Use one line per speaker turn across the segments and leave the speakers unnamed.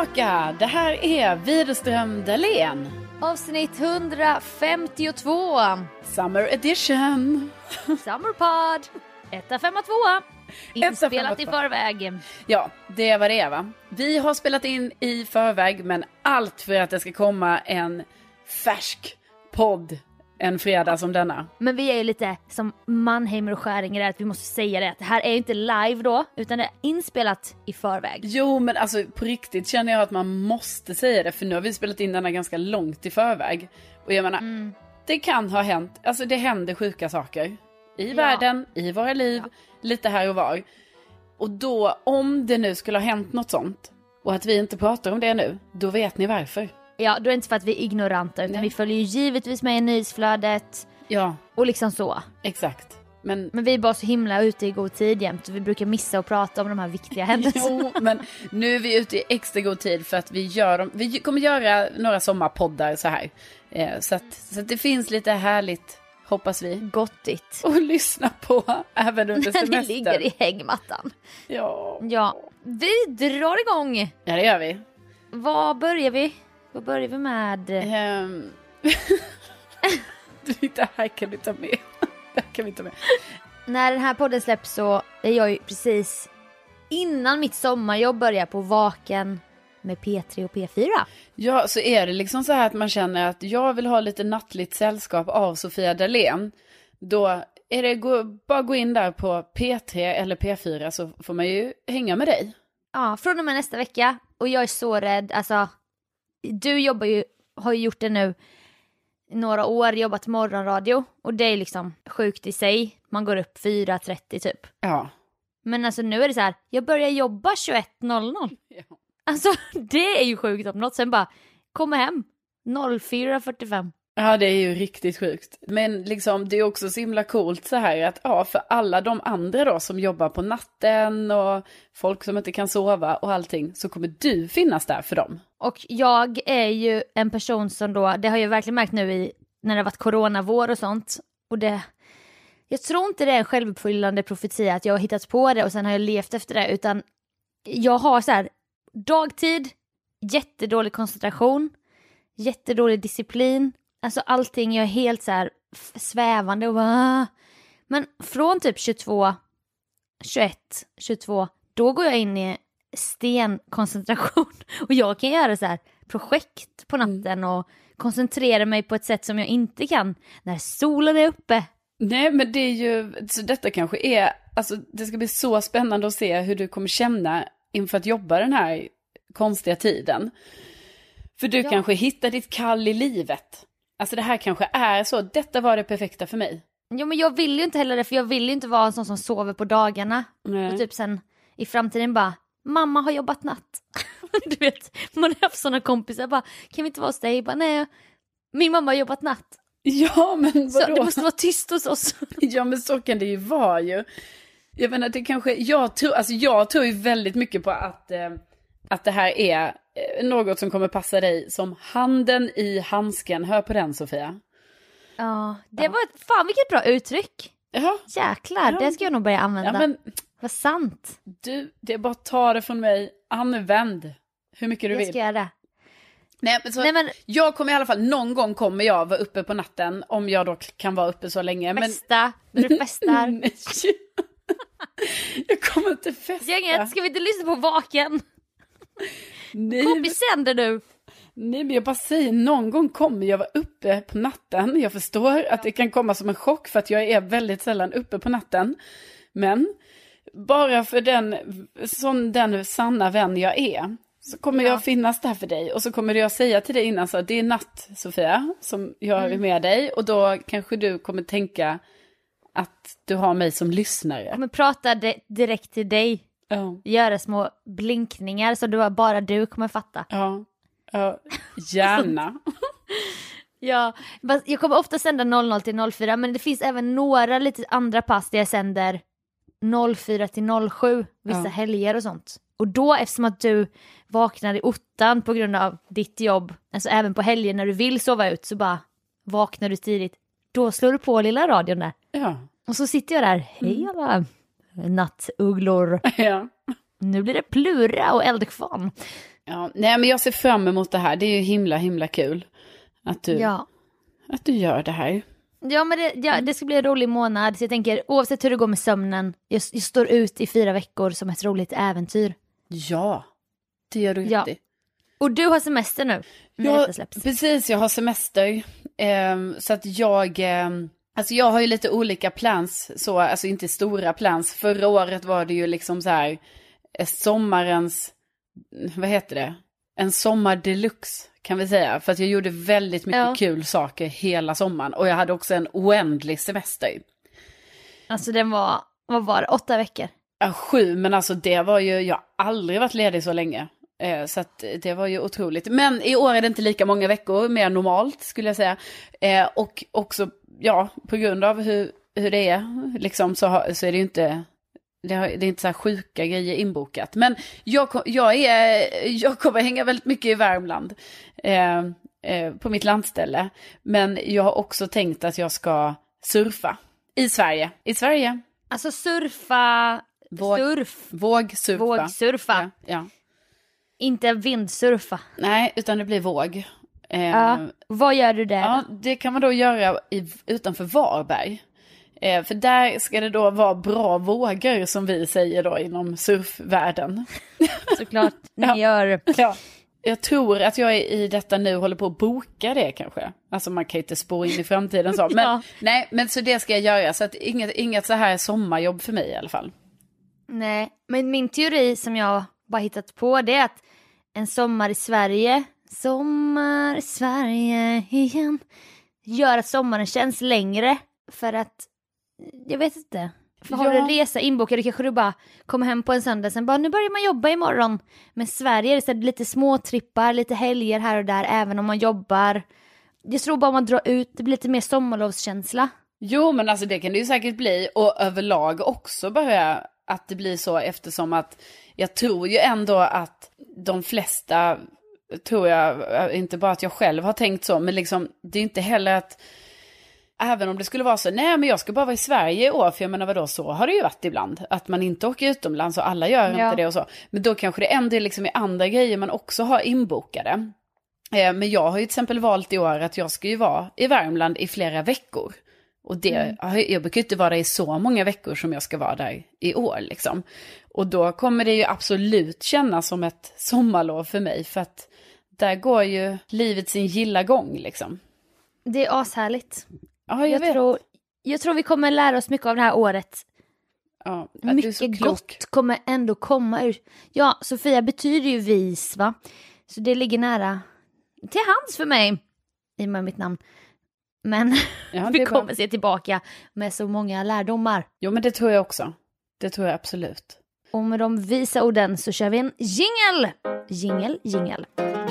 tillbaka. Det här är Widerström Dahlén.
Avsnitt 152.
Summer edition.
Summerpod. 1, 5, 2. Inspelat i förväg.
Ja, det var det va. Vi har spelat in i förväg, men allt för att det ska komma en färsk podd en fredag som denna.
Men vi är ju lite som Mannheimer och Skäringer, att vi måste säga det. Att det här är ju inte live då, utan det är inspelat i förväg.
Jo, men alltså på riktigt känner jag att man måste säga det. För nu har vi spelat in denna ganska långt i förväg. Och jag menar, det kan ha hänt. Alltså det händer sjuka saker. I världen, i våra liv, lite här och var. Och då, om det nu skulle ha hänt något sånt, och att vi inte pratar om det nu, då vet ni varför.
Ja, då är det inte för att vi är ignoranta, utan vi följer ju givetvis med i nyhetsflödet.
Ja.
Och liksom så.
Exakt. Men
vi är bara så himla ute i god tid jämt. Vi brukar missa att prata om de här viktiga händelserna.
Jo, men nu är vi ute i extra god tid för att vi kommer göra några sommarpoddar så här. Så att det finns lite härligt, hoppas vi.
Gottigt.
Och lyssna på även under semestern.
När ni ligger i hängmattan.
Ja.
Ja, vi drar igång.
Ja, det gör vi.
Vad börjar vi med?
Det här kan vi ta med.
När den här podden släpps så är jag ju precis innan mitt sommarjobb börjar på Vaken med P3 och P4.
Ja, så är det liksom så här att man känner att jag vill ha lite nattligt sällskap av Sofia Dahlén. Då är det bara gå in där på P3 eller P4 så får man ju hänga med dig.
Ja, från och med nästa vecka. Och jag är så rädd. Alltså, du har ju gjort det nu några år, jobbat morgonradio. Och det är liksom sjukt i sig. Man går upp 4:30 typ.
Ja.
Men alltså nu är det så här, jag börjar jobba 21:00. Ja. Alltså det är ju sjukt om något. Sen bara, komma hem 04:45.
Ja, det är ju riktigt sjukt. Men liksom, det är också så himla coolt så här att för alla de andra då som jobbar på natten och folk som inte kan sova och allting, så kommer du finnas där för dem.
Och jag är ju en person som då, det har jag verkligen märkt nu när det har varit coronavår och sånt. Och jag tror inte det är en självuppfyllande profetia att jag har hittat på det och sen har jag levt efter det, utan jag har så här dagtid, jättedålig koncentration, jättedålig disciplin. Alltså allting, jag är helt så här svävande och men från typ 22, då går jag in i stenkoncentration och jag kan göra så här projekt på natten och koncentrera mig på ett sätt som jag inte kan när solen är uppe.
Nej, men det är ju, så detta kanske är, alltså det ska bli så spännande att se hur du kommer känna inför att jobba den här konstiga tiden. För du kanske hittar ditt kall i livet. Alltså det här kanske är så, detta var det perfekta för mig.
Jo, men jag vill ju inte heller det, för jag vill ju inte vara en sån som sover på dagarna. Nej. Och typ sen i framtiden bara, mamma har jobbat natt. Du vet, man har haft såna kompisar bara, kan vi inte vara hos dig? Bara, nej, min mamma har jobbat natt.
Ja, men vadå?
Så det måste vara tyst hos oss.
Ja, men så kan det ju vara ju. Jag menar, det kanske, jag tror ju väldigt mycket på att det här är något som kommer passa dig som handen i handsken. Hör på den, Sofia.
Ja, det var fan vilket bra uttryck.
Ja.
Jäklar, det ska jag nog börja använda.
Ja, men
vad sant.
Du, det är bara att ta det från mig. Använd hur mycket du vill.
Jag ska göra det.
Nej, men jag kommer i alla fall, någon gång kommer jag vara uppe på natten. Om jag då kan vara uppe så länge.
Festa, när du festar.
Nej. Jag kommer inte festa.
Gänget, ska vi inte lyssna på Vaken?
Nej.
Kom i sänder du.
Nej, men jag bara säger, någon gång kommer jag vara uppe på natten. Jag förstår att det kan komma som en chock för att jag är väldigt sällan uppe på natten. Men bara för den sanna vän jag är, så kommer jag finnas där för dig. Och så kommer jag säga till dig innan så att det är natt, Sofia, som jag är med dig. Och då kanske du kommer tänka att du har mig som lyssnare. Jag
kommer prata direkt till dig. Göra små blinkningar så bara du kommer fatta.
Ja, gärna.
Ja, jag kommer ofta sända 00 till 04, men det finns även några lite andra pass där jag sänder 04 till 07, vissa helger och sånt. Och då, eftersom att du vaknar i ottan på grund av ditt jobb, alltså även på helger när du vill sova ut, så bara vaknar du tidigt. Då slår du på lilla radion där.
Ja.
Och så sitter jag där, hej alla nattugglor.
Ja.
Nu blir det plura och eldkvarn.
Ja, nej men jag ser fram emot det här. Det är ju himla kul att du gör det här.
Ja, men det ska bli en rolig månad. Så jag tänker, oavsett hur det går med sömnen, jag står ut i 4 veckor som ett roligt äventyr.
Ja, det gör du rätt i.
Och du har semester nu?
Ja, precis. Jag har semester. Så att jag har ju lite olika plans. Så, alltså inte stora plans. Förra året var det ju liksom så här sommarens, vad heter det? En sommar deluxe kan vi säga. För att jag gjorde väldigt mycket kul saker hela sommaren. Och jag hade också en oändlig semester.
Alltså den var, vad var det, 8 veckor?
Ja, 7, men alltså det var ju, jag har aldrig varit ledig så länge. Så att det var ju otroligt. Men i år är det inte lika många veckor, mer normalt skulle jag säga. Och också, på grund av hur det är, liksom, så är det ju inte... Det är inte så här sjuka grejer inbokat. Men jag kommer hänga väldigt mycket i Värmland. På mitt landställe. Men jag har också tänkt att jag ska surfa. I Sverige.
Alltså surfa...
Vågsurfa.
Vågsurfa.
Ja.
Inte vindsurfa.
Nej, utan det blir våg.
Vad gör du där?
Ja, det kan man då göra utanför Varberg. För där ska det då vara bra vågor som vi säger då inom surfvärlden.
Såklart, ni gör.
Ja. Jag tror att jag i detta nu håller på att boka det kanske. Alltså man kan ju inte spå in i framtiden så. Men, nej, men så det ska jag göra. Så att inget så här sommarjobb för mig i alla fall.
Nej, men min teori som jag bara hittat på, det är att en sommar i Sverige igen, gör att sommaren känns längre. För att, jag vet inte. För har du en resa inbokad, kanske du bara kommer hem på en söndag, sen bara, nu börjar man jobba imorgon. Men Sverige är det lite små trippar, lite helger här och där, även om man jobbar. Jag tror bara man drar ut, det blir lite mer sommarlovskänsla.
Jo, men alltså det kan det ju säkert bli. Och överlag också bara att det blir så, eftersom att jag tror ju ändå att de flesta, tror jag, inte bara att jag själv har tänkt så, men liksom, det är inte heller att, även om det skulle vara så, nej men jag ska bara vara i Sverige i år, för jag menar vadå, så har det ju varit ibland, att man inte åker utomlands och alla gör inte det och så, men då kanske det ändå är liksom i andra grejer man också har inbokade. Men jag har ju till exempel valt i år att jag ska ju vara i Värmland i flera veckor. Och jag brukar inte vara där i så många veckor som jag ska vara där i år liksom. Och då kommer det ju absolut kännas som ett sommarlov för mig, för att där går ju livet sin gilla gång liksom.
Det är ashärligt.
Ja,
jag tror vi kommer lära oss mycket av det här året.
Ja,
mycket gott kommer ändå komma ur. Ja, Sofia betyder ju vis, va? Så det ligger nära till hands för mig, i och med mitt namn. Men vi kommer se tillbaka med så många lärdomar.
Jo, men det tror jag också. Det tror jag absolut.
Och med de visa orden så kör vi en jingle. Jingle.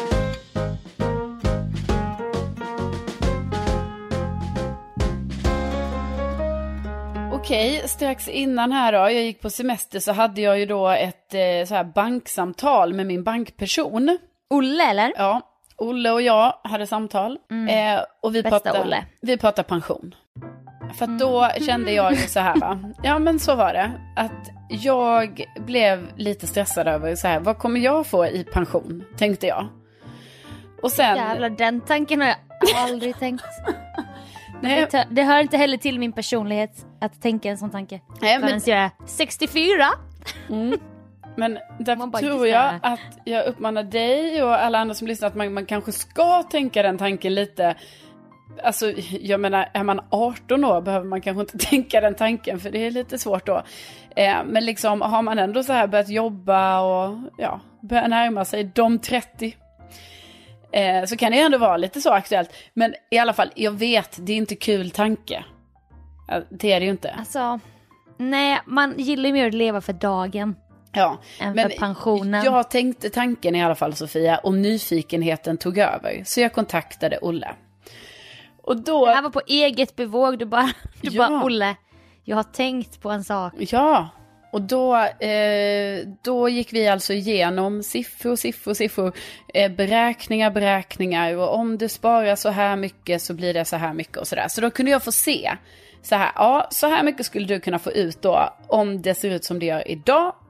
Okej, strax innan här då, jag gick på semester, så hade jag ju då ett så här banksamtal med min bankperson.
Olle, eller?
Ja, Olle och jag hade samtal. Och vi pratade pension. För att då kände jag ju så här, va? Ja, men så var det. Att jag blev lite stressad över så här, vad kommer jag få i pension, tänkte jag. Och sen...
Jävlar, den tanken har jag aldrig tänkt. Nej. Det hör inte heller till min personlighet att tänka en sån tanke. Nej, men jag är 64.
Men därför tror jag att jag uppmanar dig och alla andra som lyssnar att man kanske ska tänka den tanken lite. Alltså, jag menar, är man 18 år behöver man kanske inte tänka den tanken, för det är lite svårt då. Men liksom, har man ändå så här börjat jobba och börjar närma sig de 30, så kan det ändå vara lite så aktuellt. Men i alla fall, jag vet, det är inte kul tanke. Det är det ju inte.
Alltså, nej, man gillar ju mer att leva för dagen.
Ja,
än för pensionen.
Jag tänkte tanken i alla fall, Sofia, och nyfikenheten tog över. Så jag kontaktade Olle. Och då...
Det här var på eget bevåg, du bara Olle, jag har tänkt på en sak.
Ja, och då gick vi alltså igenom siffror, beräkningar, och om du sparar så här mycket så blir det så här mycket och sådär. Så då kunde jag få se så här, så här mycket skulle du kunna få ut då om det ser ut som det gör idag,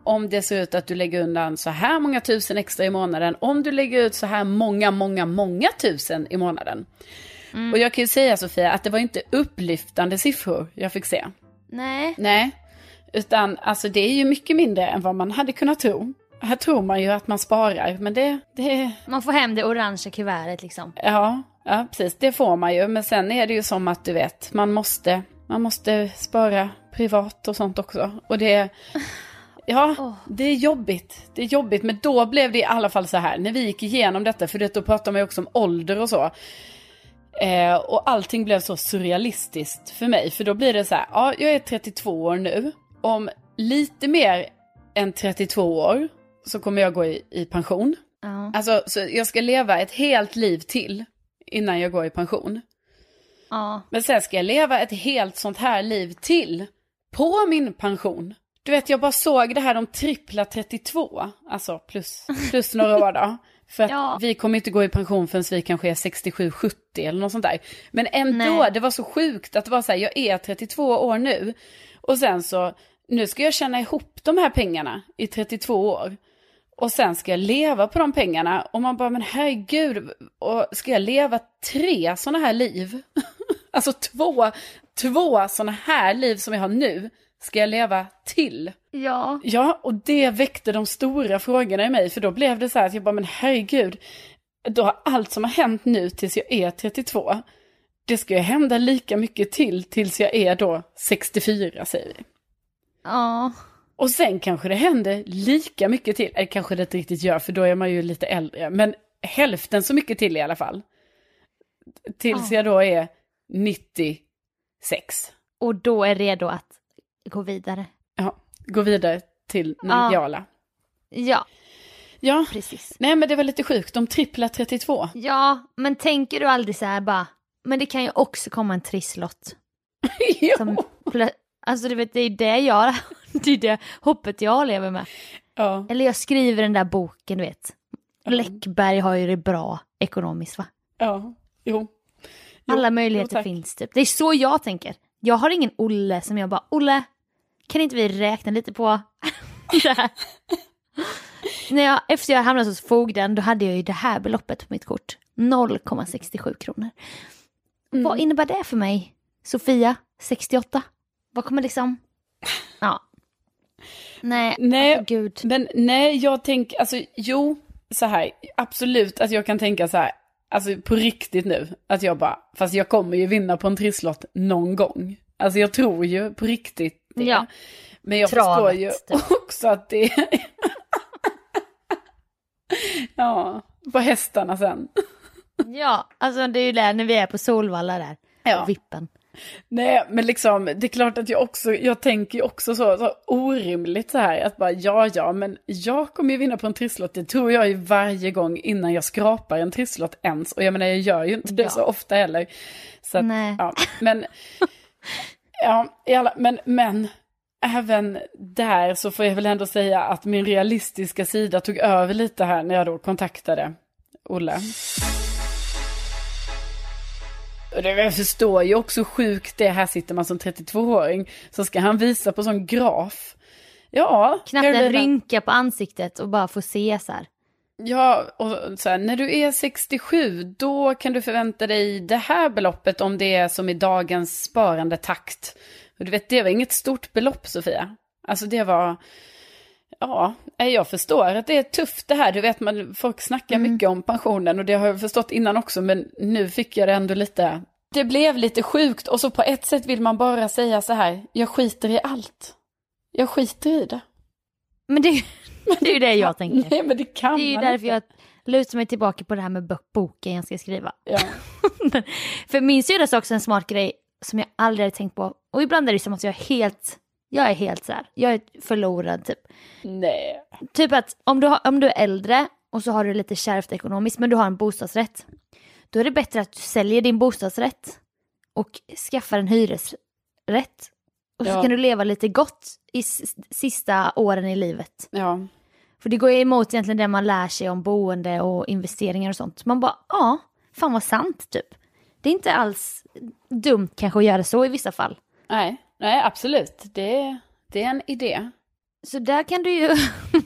om det ser ut att du lägger undan så här många tusen extra i månaden, om du lägger ut så här många tusen i månaden. Och jag kan ju säga, Sofia, att det var inte upplyftande siffror jag fick se. Nej, utan alltså det är ju mycket mindre än vad man hade kunnat tro. Här tror man ju att man sparar, men det...
Man får hem det orangea kuvertet liksom.
Ja, precis, det får man ju. Men sen är det ju som att du vet, man måste spara privat och sånt också. Och det... Ja, det är jobbigt. Det är jobbigt, men då blev det i alla fall så här. När vi gick igenom detta, för då pratar man ju också om ålder och så. Och allting blev så surrealistiskt för mig. För då blir det så här, ja, jag är 32 år nu. Om lite mer än 32 år så kommer jag gå i pension. Alltså, så jag ska leva ett helt liv till innan jag går i pension. Men sen ska jag leva ett helt sånt här liv till på min pension. Du vet, jag bara såg det här, de trippla 32. Alltså plus några år då. För att vi kommer inte gå i pension förrän vi kanske är 67-70 eller något sånt där. Men ändå, det var så sjukt att det var så här, jag är 32 år nu. Och sen så, nu ska jag tjäna ihop de här pengarna i 32 år. Och sen ska jag leva på de pengarna. Och man bara, men herregud, och ska jag leva 3 såna här liv? Alltså två såna här liv som jag har nu. Ska jag leva till? Ja, och det väckte de stora frågorna i mig. För då blev det så här att jag bara, men herregud. Då har allt som har hänt nu tills jag är 32. Det ska ju hända lika mycket tills jag är då 64, säger vi.
Ja.
Och sen kanske det händer lika mycket till. Eller kanske det inte riktigt gör, för då är man ju lite äldre. Men hälften så mycket till i alla fall. Tills jag då är 96.
Och då är redo att gå vidare.
Ja, gå vidare till Nigala. Ja,
precis.
Nej, men det var lite sjukt. De tripplar 32.
Ja, men tänker du aldrig så här bara, men det kan ju också komma en trisslott. Alltså du vet, det är det är det hoppet jag lever med. Ja. Eller jag skriver den där boken, du vet. Läckberg har ju det bra ekonomiskt, va?
Ja, jo.
Alla möjligheter finns typ. Det är så jag tänker. Jag har ingen Olle som jag bara, Olle, kan inte vi räkna lite på det här? Efter jag hamnade hos fogden, då hade jag ju det här beloppet på mitt kort. 0,67 kronor. Vad innebär det för mig? Sofia, 68. Vad kommer liksom... Ja. Nej, alltså, gud.
Men nej, jag tänker, alltså så här, absolut att jag kan tänka så här, alltså på riktigt nu, att jag bara, fast jag kommer ju vinna på en trisslott någon gång. Alltså jag tror ju på riktigt det.
Ja.
Men jag förstår ju också att det ja, på hästarna sen.
Ja, alltså det är ju där när vi är på Solvalla där. Ja. Vippen.
Nej, men liksom, det är klart att jag tänker ju också så orimligt så här, att bara men jag kommer ju vinna på en trisslott, det tror jag ju varje gång innan jag skrapar en trisslott ens, och jag menar, jag gör ju inte det så ofta heller. Så att, ja, men men även där så får jag väl ändå säga att min realistiska sida tog över lite här när jag då kontaktade Olle. Och jag förstår ju också sjukt det, här sitter man som 32-åring, så ska han visa på sån graf. Ja.
Knappt en rynka på ansiktet och bara få se så här.
Ja, och så här, när du är 67, då kan du förvänta dig det här beloppet om det är som i dagens sparande takt. Och du vet, det var inget stort belopp, Sofia. Alltså det var... Ja, jag förstår att det är tufft det här. Du vet, folk snackar mycket om pensionen, och det har jag förstått innan också, men nu fick jag det ändå lite... Det blev lite sjukt, och så på ett sätt vill man bara säga så här, jag skiter i allt. Jag skiter i det.
Men det är ju det jag tänker.
Nej, men det kan man.
Det är ju därför jag lutar mig tillbaka på det här med boken jag ska skriva. Ja. För min syrra sa också en smart grej som jag aldrig hade tänkt på. Och ibland är det som att jag är helt så här. Jag är förlorad typ.
Nej.
Typ att om du är äldre och så har du lite kärvt ekonomiskt, men du har en bostadsrätt. Då är det bättre att du säljer din bostadsrätt och skaffar en hyresrätt. Och så kan du leva lite gott i sista åren i livet.
Ja.
För det går ju emot egentligen det man lär sig om boende och investeringar och sånt. Man bara, fan vad sant typ. Det är inte alls dumt kanske att göra så i vissa fall.
Nej, absolut. Det är en idé.
Så där kan du ju...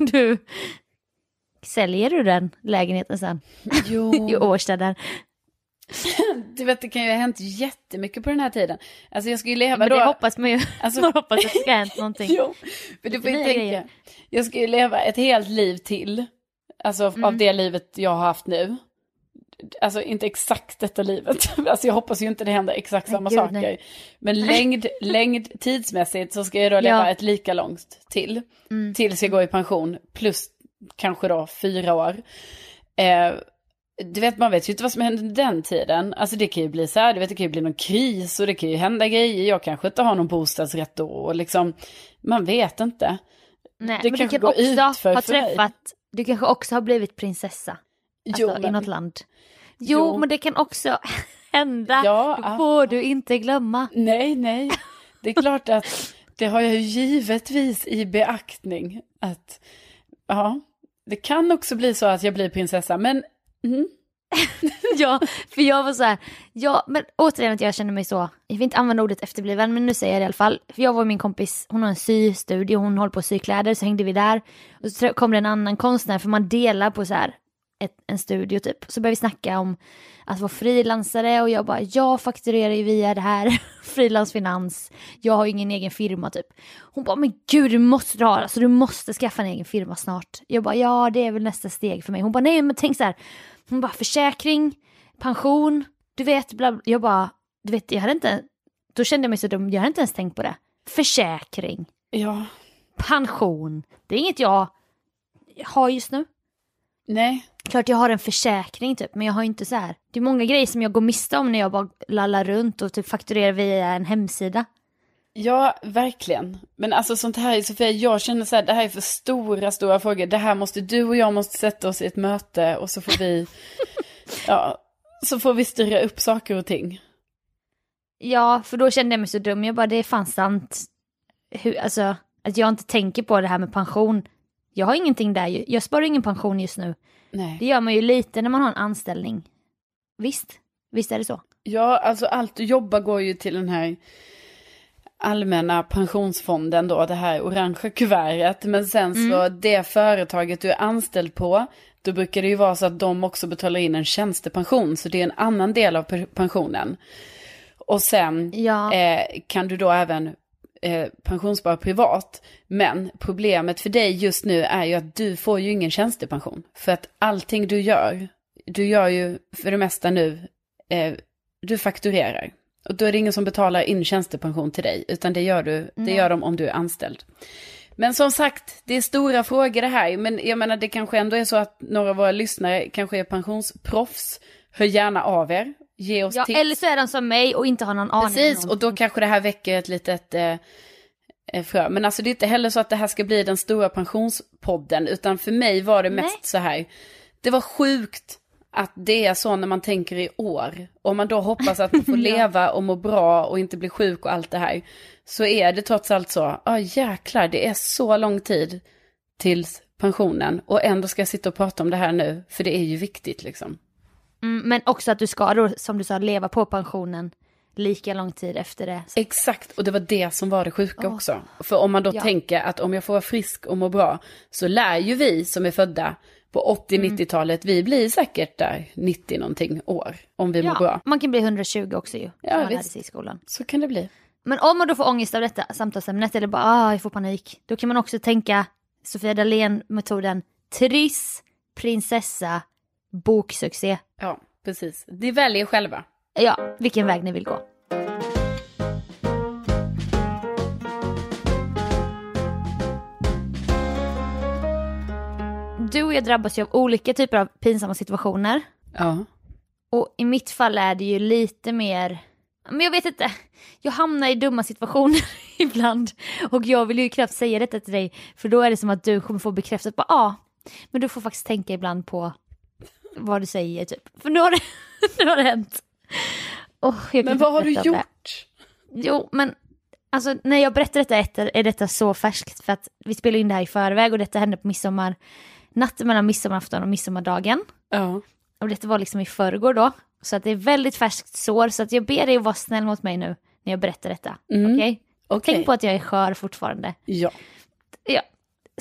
Säljer du den lägenheten sen?
Jo.
I Årsta där.
Du vet, det kan ju ha hänt jättemycket på den här tiden. Alltså jag ska ju leva
Men
då.
det hoppas man ju.
Alltså,
Man hoppas att det ska ha hänt någonting.
Jo, för du får ju tänka. Jag ska ju leva ett helt liv till. Alltså av det livet jag har haft nu. Alltså inte exakt detta livet. Alltså jag hoppas ju inte det händer exakt samma saker. Nej. Men längd tidsmässigt så ska jag då leva ett lika långt till. Tills jag går i pension. Plus kanske då 4 år. Du vet, man vet ju inte vad som händer den tiden. Alltså det kan ju bli så här, du vet, det kan ju bli någon kris och det kan ju hända grejer. Jag kanske inte har någon bostadsrätt då och liksom, man vet inte.
Nej,
det
men
kanske
du kan
går
också ha träffat, du kanske också har blivit prinsessa. Alltså i något land. Jo, men det kan också hända.
Ja,
det får du inte glömma.
Nej. Det är klart att det har jag ju givetvis i beaktning. Att, ja, det kan också bli så att jag blir prinsessa, men...
Ja, för jag var så här, ja, men återigen att jag känner mig så, jag vill inte använda ordet efterbliven, men nu säger jag det i alla fall, för jag var min kompis, hon har en systudio, hon håller på att sy kläder, så hängde vi där, och så kom det en annan konstnär, för man delar på så här en studio typ, så började vi snacka om att vara frilansare, och jag bara, jag fakturerar ju via det här frilansfinans, jag har ju ingen egen firma typ. Hon bara, men gud, du måste ha, alltså du måste skaffa en egen firma snart. Jag bara, ja, det är väl nästa steg för mig. Hon bara, nej, men tänk så här, hon bara, försäkring, pension, du vet, bla, bla. Jag bara, du vet, jag hade inte, då kände jag mig så dum, jag hade inte ens tänkt på det. Försäkring,
ja,
pension, det är inget jag har just nu.
Nej.
Klart jag har en försäkring typ, men jag har inte så här. Det är många grejer som jag går miste om när jag bara lallar runt och typ fakturerar via en hemsida.
Ja, verkligen. Men alltså sånt här, Sofia, jag känner så här, det här är för stora frågor. Det här måste du och jag måste sätta oss i ett möte och så får vi så får vi styra upp saker och ting.
Ja, för då kände jag mig så dum. Jag bara, det är fan sant. Alltså, att jag inte tänker på det här med pension. Jag har ingenting där. Jag sparar ingen pension just nu.
Nej.
Det gör man ju lite när man har en anställning. Visst är det så.
Ja, alltså allt du jobbar går ju till den här allmänna pensionsfonden då, det här orangea kuvertet. Men sen så det företaget du är anställd på, då brukar det ju vara så att de också betalar in en tjänstepension. Så det är en annan del av pensionen. Och sen kan du då även pensionsspara privat. Men problemet för dig just nu är ju att du får ju ingen tjänstepension. För att allting du gör ju för det mesta nu, du fakturerar. Och då är det ingen som betalar in tjänstepension till dig, utan det gör de om du är anställd. Men som sagt, det är stora frågor det här. Men jag menar, det kanske ändå är så att några av våra lyssnare kanske är pensionsproffs. Hör gärna av er. Ge oss tips.
Eller så är de som mig och inte har någon aning.
Precis, och då kanske det här väcker ett litet frö. Men alltså det är inte heller så att det här ska bli den stora pensionspodden. Utan för mig var det mest så här. Det var sjukt att det är så när man tänker i år. Och man då hoppas att man får leva och må bra och inte bli sjuk och allt det här. Så är det trots allt så. Jäklar, det är så lång tid tills pensionen. Och ändå ska jag sitta och prata om det här nu. För det är ju viktigt liksom.
Men också att du ska då, som du sa, leva på pensionen lika lång tid efter det.
Exakt, och det var det som var det sjuka också. För om man då tänker att om jag får vara frisk och må bra, så lär ju vi som är födda på 80-90-talet, vi blir säkert där 90 någonting år om vi mår bra.
Man kan bli 120 också ju, som man lärde sig i skolan.
Så kan det bli.
Men om man då får ångest av detta samtalsämnet eller bara jag får panik, då kan man också tänka Sofia Dalén-metoden, Triss, prinsessa, boksuccé.
Ja, precis. De väljer själva.
Ja, vilken väg ni vill gå. Du och jag drabbas ju av olika typer av pinsamma situationer.
Ja.
Och i mitt fall är det ju lite mer... Men jag vet inte. Jag hamnar i dumma situationer ibland. Och jag vill ju knappt säga detta till dig. För då är det som att du kommer få bekräftat på men du får faktiskt tänka ibland på vad du säger typ. För nu har det hänt.
Men vad har du gjort?
Jo, men alltså när jag berättar detta är detta så färskt. För att vi spelar in det här i förväg och detta hände på natten mellan midsommarafton och midsommardagen.
Ja.
Och detta var liksom i förrgår då. Så att det är väldigt färskt sår. Så att jag ber dig att vara snäll mot mig nu när jag berättar detta. Okej?
Okej.
Tänk på att jag är skör fortfarande.
Ja.
Ja.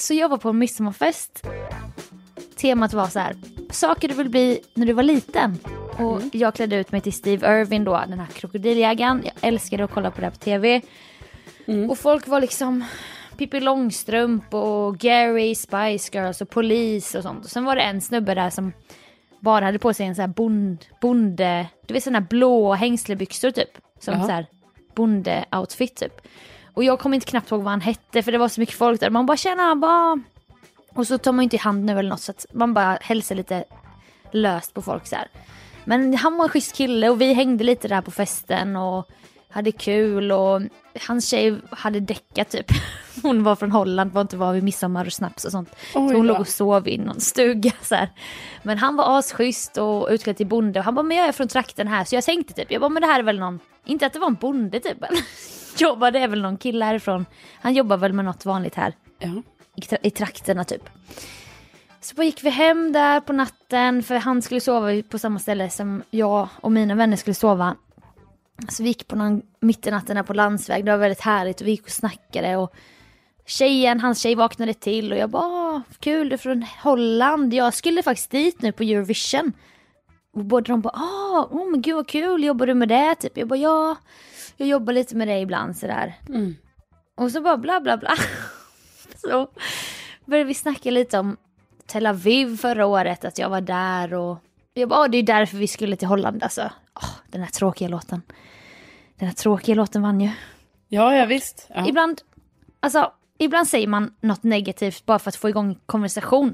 Så jag var på en midsommarfest. Temat var så här: saker du vill bli när du var liten. Och jag klädde ut mig till Steve Irwin då, den här krokodiljägaren. Jag älskade att kolla på det här på tv. Och folk var liksom Pippi Långstrump och Gary, Spice Girls och polis och sånt. Och sen var det en snubbe där som bara hade på sig en så här bonde, du vet sådana här blå hängslebyxor typ. Som så här bonde-outfit typ. Och jag kommer inte knappt ihåg vad han hette, för det var så mycket folk där. Man bara känner bara. Och så tar man inte i hand nu eller något, så att man bara hälsar lite löst på folk så här. Men han var en schysst kille och vi hängde lite där på festen och hade kul, och hans tjej hade däckat typ. Hon var från Holland, var inte var vid midsommar och snaps och sånt. Så hon låg och sov i någon stuga så här. Men han var asschysst och utklädd till bonde, och han bara, men jag är från trakten här. Så jag tänkte typ, jag bara, men det här är väl någon, inte att det var en bonde typ. Jobbade är väl någon kille härifrån. Han jobbar väl med något vanligt här.
Ja.
I trakterna typ. Så bara gick vi hem där på natten, för han skulle sova på samma ställe som jag och mina vänner skulle sova. Så vi gick på någon mitt i natten där på landsväg. Det var väldigt härligt och vi gick och snackade, och hans tjej vaknade till och jag bara, kul, du är från Holland. Jag skulle faktiskt dit nu på Eurovision. Och båda de bara, men gud vad kul, jobbar du med det typ? Jag bara, ja, jag jobbar lite med det ibland sådär. Och så bara bla bla bla. Så började vi snacka lite om Tel Aviv förra året, att jag var där, och jag bara, det är därför vi skulle till Holland alltså. Den här tråkiga låten. Den här tråkiga låten vann ju.
Ja, visst. Ja.
Ibland säger man något negativt bara för att få igång konversation.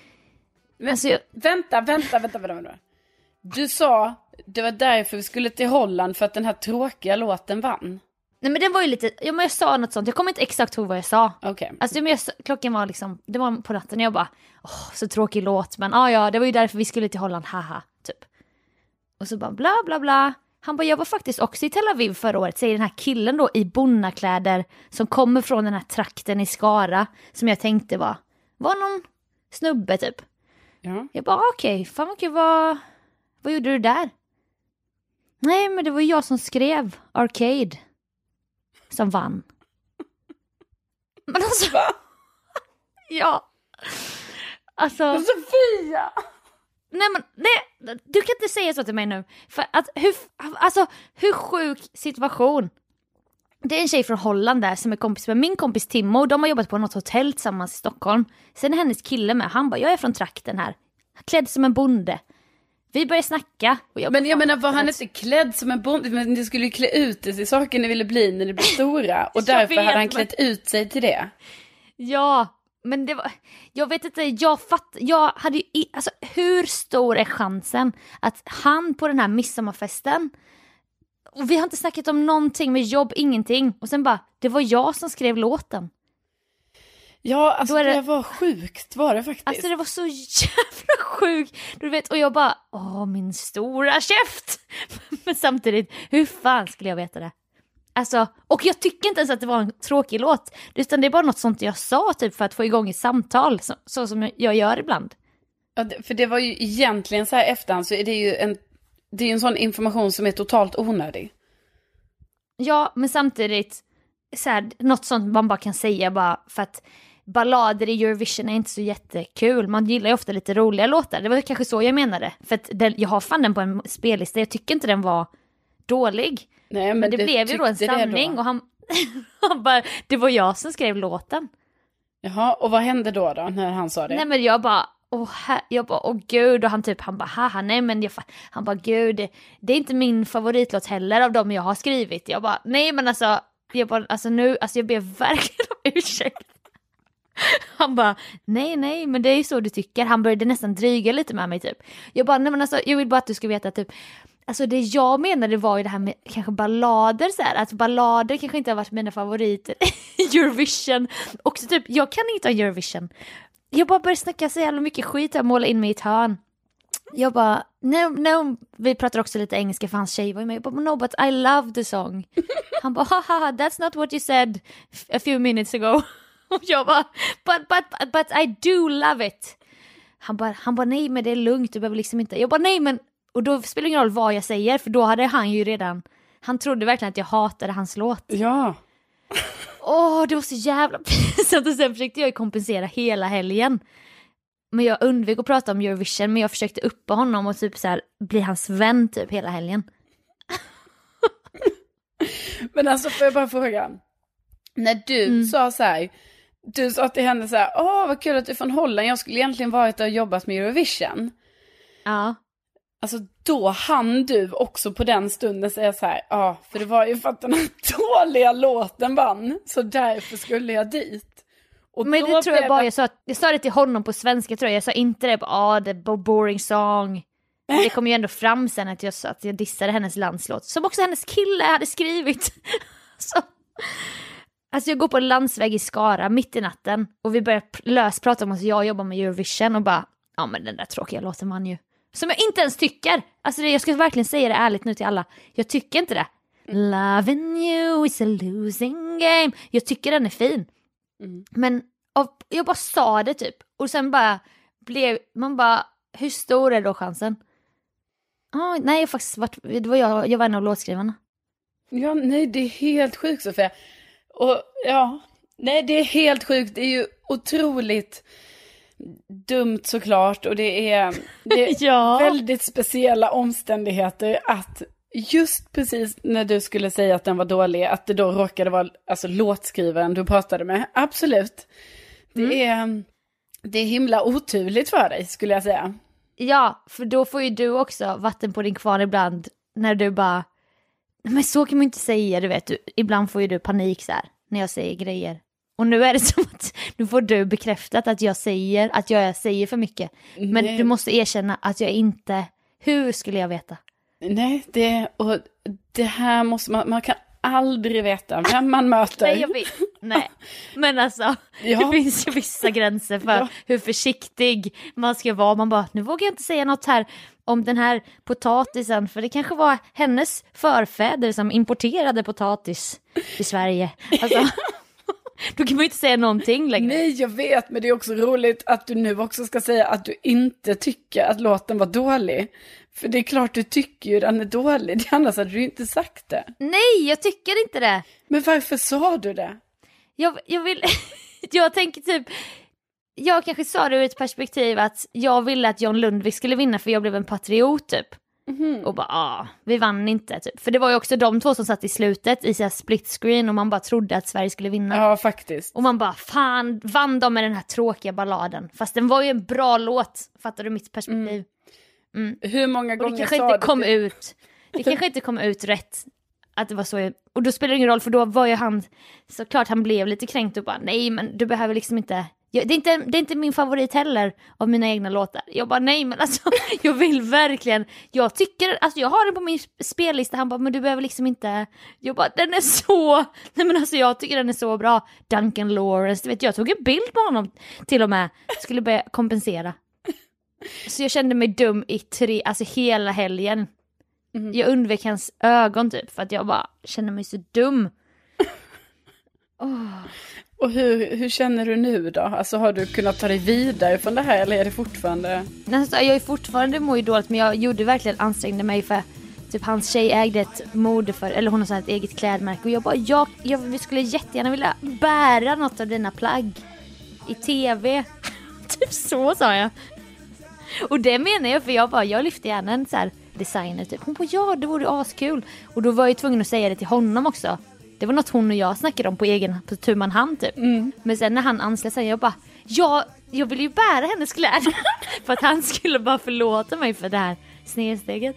Vänta. Du sa, det var därför vi skulle till Holland, för att den här tråkiga låten vann.
Nej, men den var ju lite, men jag sa något sånt. Jag kommer inte exakt ihåg vad jag sa.
Okay.
Alltså, klockan var liksom, det var på natten och jag bara, så tråkig låt, men ja, det var ju därför vi skulle till Holland, haha, typ. Och så bara bla bla bla. Han bara, jag var faktiskt också i Tel Aviv förra året, säger den här killen då i bonnakläder som kommer från den här trakten i Skara, som jag tänkte var någon snubbe typ. Ja. Jag bara, okej, fan vad kul, vad gjorde du där? Nej, men det var jag som skrev Arcade som vann. Men alltså, va? Ja. Alltså,
Sofia!
Nej, men du kan inte säga så till mig nu. För att hur sjuk situation. Det är en tjej från Holland där som är kompis med min kompis Timo. De har jobbat på något hotell tillsammans i Stockholm. Sen är hennes kille med. Han bara, jag är från trakten här. Klädd som en bonde. Vi börjar snacka.
Men jag menar, var han inte klädd som en bonde? Men ni skulle ju klä ut sig i saker ni ville bli när ni blev stora. Och därför hade han klätt ut sig till det.
Ja, men det var, jag vet inte, jag hade ju, alltså hur stor är chansen att han på den här midsommarfesten, och vi har inte snackat om någonting med jobb, ingenting, och sen bara, det var jag som skrev låten.
Ja, alltså det var sjukt, var det faktiskt.
Alltså det var så jävla sjukt, du vet, och jag bara, min stora käft. Men samtidigt, hur fan skulle jag veta det? Alltså, och jag tycker inte ens att det var en tråkig låt, utan det är bara något sånt jag sa typ för att få igång ett samtal, så som jag gör ibland.
Ja, för det var ju egentligen så här efterhand, så är det ju en sån information som är totalt onödig.
Ja, men samtidigt så här, något sånt man bara kan säga bara för att ballader i Eurovision är inte så jättekul. Man gillar ju ofta lite roliga låtar. Det var kanske så jag menade. För att jag har fan den på en spellista. Jag tycker inte den var dålig. Nej, men det blev ju då en sanning. Och han bara, det var jag som skrev låten.
Jaha, och vad hände då när han sa det?
Nej, men jag bara, åh gud. Och han bara, haha, nej men han bara, gud, det är inte min favoritlåt heller av dem jag har skrivit. Jag bara, nej men alltså, jag ber verkligen om ursäkt. Han bara, nej, men det är ju så du tycker. Han började nästan dryga lite med mig typ. Jag bara, nej men alltså, jag vill bara att du ska veta typ, alltså det jag menade var ju det här med kanske ballader så här. Att ballader kanske inte har varit mina favoriter i Eurovision. Och så typ, jag kan inte ha Eurovision. Jag bara började snacka så jävla mycket skit och måla in mig i ett hörn. Jag bara, no, vi pratar också lite engelska för hans tjej var med. Jag bara, no, but I love the song. Han bara, haha, that's not what you said a few minutes ago. Och jag bara, but I do love it. Han bara, nej men det är lugnt, du behöver liksom inte. Jag bara, nej men, och då spelar det ingen roll vad jag säger, för då hade han ju redan, han trodde verkligen att jag hatade hans låt.
Ja.
det var så jävla pinsamt. Och sen försökte jag kompensera hela helgen. Men jag undvek att prata om Eurovision. Men jag försökte uppa honom och typ så här, bli hans vän typ hela helgen.
Men alltså får jag bara fråga. När du sa så här, du sa till henne så här, vad kul att du är från Holland. Jag skulle egentligen varit och jobbat med Eurovision.
Ja.
Alltså då hann du också på den stunden säga så här, för det var ju för att den här dåliga låten vann. Så därför skulle jag dit. Och
men
då
det tror jag bara, jag sa det till honom på svenska tror jag. Jag sa inte det på, det var boring song. Men det kom ju ändå fram sen att jag dissade hennes landslåt. Som också hennes kille hade skrivit. Alltså jag går på en landsväg i Skara mitt i natten. Och vi börjar prata om att jag jobbar med Eurovision. Och bara, men den där tråkiga låten vann ju. Som jag inte ens tycker. Alltså jag ska verkligen säga det ärligt nu till alla. Jag tycker inte det. Loving you is a losing game. Jag tycker den är fin. Men jag bara sa det typ. Och sen bara man bara, hur stor är då chansen? Nej, det var jag var en av låtskrivarna.
Ja, nej, det är helt sjukt, Sofia. Och nej, det är helt sjukt. Det är ju otroligt dumt såklart. Och det är väldigt speciella omständigheter att just precis när du skulle säga att den var dålig, att det då råkade vara alltså låtskrivaren du pratade med. Absolut. Det är himla oturligt för dig, skulle jag säga. Ja,
för då får ju du också vatten på din kvarn ibland när du bara, men så kan man inte säga, du vet. Ibland får ju du panik så här när jag säger grejer. Och nu är det som att nu får du bekräftat att jag säger för mycket. Men du måste erkänna att jag inte, hur skulle jag veta?
Nej, det här måste man kan aldrig veta vem man möter.
Nej, jag vet. Nej. Men alltså, det finns ju vissa gränser för hur försiktig man ska vara. Man bara, nu vågar jag inte säga något här om den här potatisen. För det kanske var hennes förfäder som importerade potatis till Sverige. Alltså, då kan man ju inte säga någonting längre.
Nej, jag vet, men det är också roligt att du nu också ska säga att du inte tycker att låten var dålig. För det är klart du tycker ju den är dålig, annars hade du inte sagt det.
Nej, jag tycker inte det.
Men varför sa du det?
Jag vill, jag tänker typ, jag kanske sa det ur ett perspektiv att jag ville att John Lundvik skulle vinna för jag blev en patriot typ. Och bara, vi vann inte typ. För det var ju också de två som satt i slutet i så här split screen och man bara trodde att Sverige skulle vinna.
Ja, faktiskt.
Och man bara, fan, vann de med den här tråkiga balladen. Fast den var ju en bra låt, fattar du mitt perspektiv?
Hur många gånger
sa du det kanske inte kom ut rätt att det var så. Och då spelar det ingen roll, för då var ju han, såklart han blev lite kränkt och bara, nej men du behöver liksom inte, det är inte min favorit heller av mina egna låtar. Jag bara, nej men alltså jag vill verkligen, jag tycker, alltså jag har den på min spellista. Han bara, men du behöver liksom inte. Jag bara, den är så, nej men alltså jag tycker den är så bra. Duncan Lawrence, du vet, jag tog en bild på honom till och med, skulle börja kompensera. Så jag kände mig dum i hela helgen. Jag undvek hans ögon typ, för att jag bara kände mig så dum.
Och hur känner du nu då? Alltså har du kunnat ta dig vidare från det här, eller är det fortfarande?
Alltså, jag är fortfarande mår ju dåligt, men jag gjorde verkligen ansträngde mig för typ hans tjej ägde ett mode för, eller hon har så här ett eget klädmärke och jag bara, vi skulle jättegärna vilja bära något av dina plagg i tv. Typ så sa jag. Och det menar jag, för jag lyfte gärna en så här designer typ. Hon bara, det vore askul. Och då var jag tvungen att säga det till honom också. Det var något hon och jag snackade om på tu man hand typ. Men sen när han anslöt sig, jag bara, jag vill ju bära hennes kläder. För att han skulle bara förlåta mig för det här snedsteget.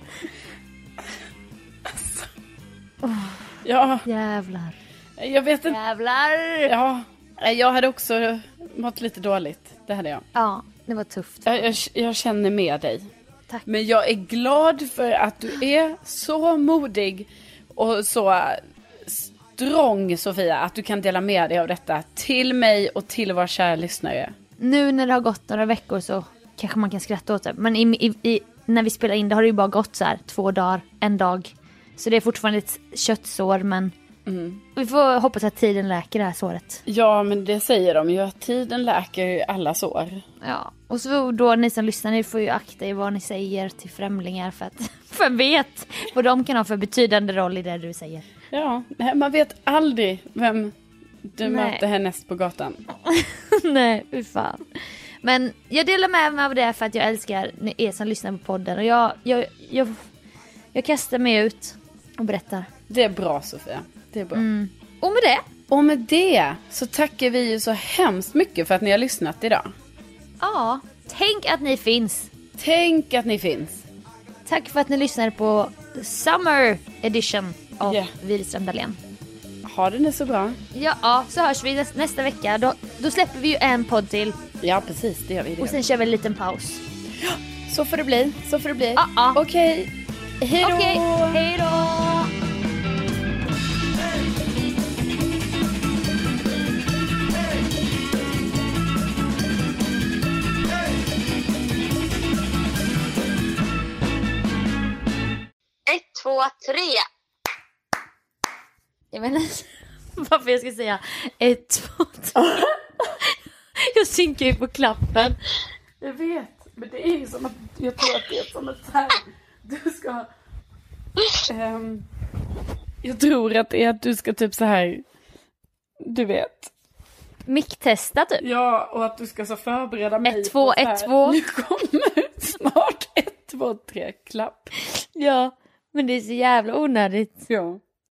Ja.
Jävlar.
Jag vet inte.
Jävlar.
Ja, jag hade också mått lite dåligt. Det hade jag.
Ja, det var tufft.
Jag känner med dig.
Tack.
Men jag är glad för att du är så modig och så strong, Sofia, att du kan dela med dig av detta till mig och till våra kära lyssnare.
Nu när det har gått några veckor så kanske man kan skratta åt det. Men när vi spelar in det har det ju bara gått så här 2 dagar, 1 dag. Så det är fortfarande ett köttsår, men vi får hoppas att tiden läker det här såret.
Ja, men det säger de ju, att tiden läker alla sår.
Ja, och så då ni som lyssnar, ni får ju akta er vad ni säger till främlingar, för att vem vet vad de kan ha för betydande roll i det du säger.
Ja, man vet aldrig Du möter härnäst på gatan.
Nej, fy fan. Men jag delar med mig av det för att jag älskar er som lyssnar på podden. Och jag kastar mig ut och berättar.
Det är bra, Sofia. Det är bra.
Och med det
så tackar vi ju så hemskt mycket för att ni har lyssnat idag.
Ja, tänk att ni finns.
Tänk att ni finns.
Tack för att ni lyssnade på Summer Edition av Widerström Dahlén.
Ha det nu så bra.
Ja, så hörs vi nästa vecka. Då släpper vi ju en podd till.
Ja, precis. Det gör vi.
Och sen kör vi en liten paus.
Ja, så får det bli.
Ja.
Okej. Hej då.
Hej då. Ett, två, tre. Jag menar varför jag ska säga 1, 2, 3. Jag synkar ju på klappen.
Jag vet, men det är ju som att jag tror att det är som ett här. Du ska jag tror att det är att du ska typ så här, du vet,
mic-testa typ.
Ja, och att du ska så förbereda mig
1, 2, 1, 2.
Nu kommer snart 1, 2, 3 klapp.
Ja, men det är så jävla onödigt.
Ja.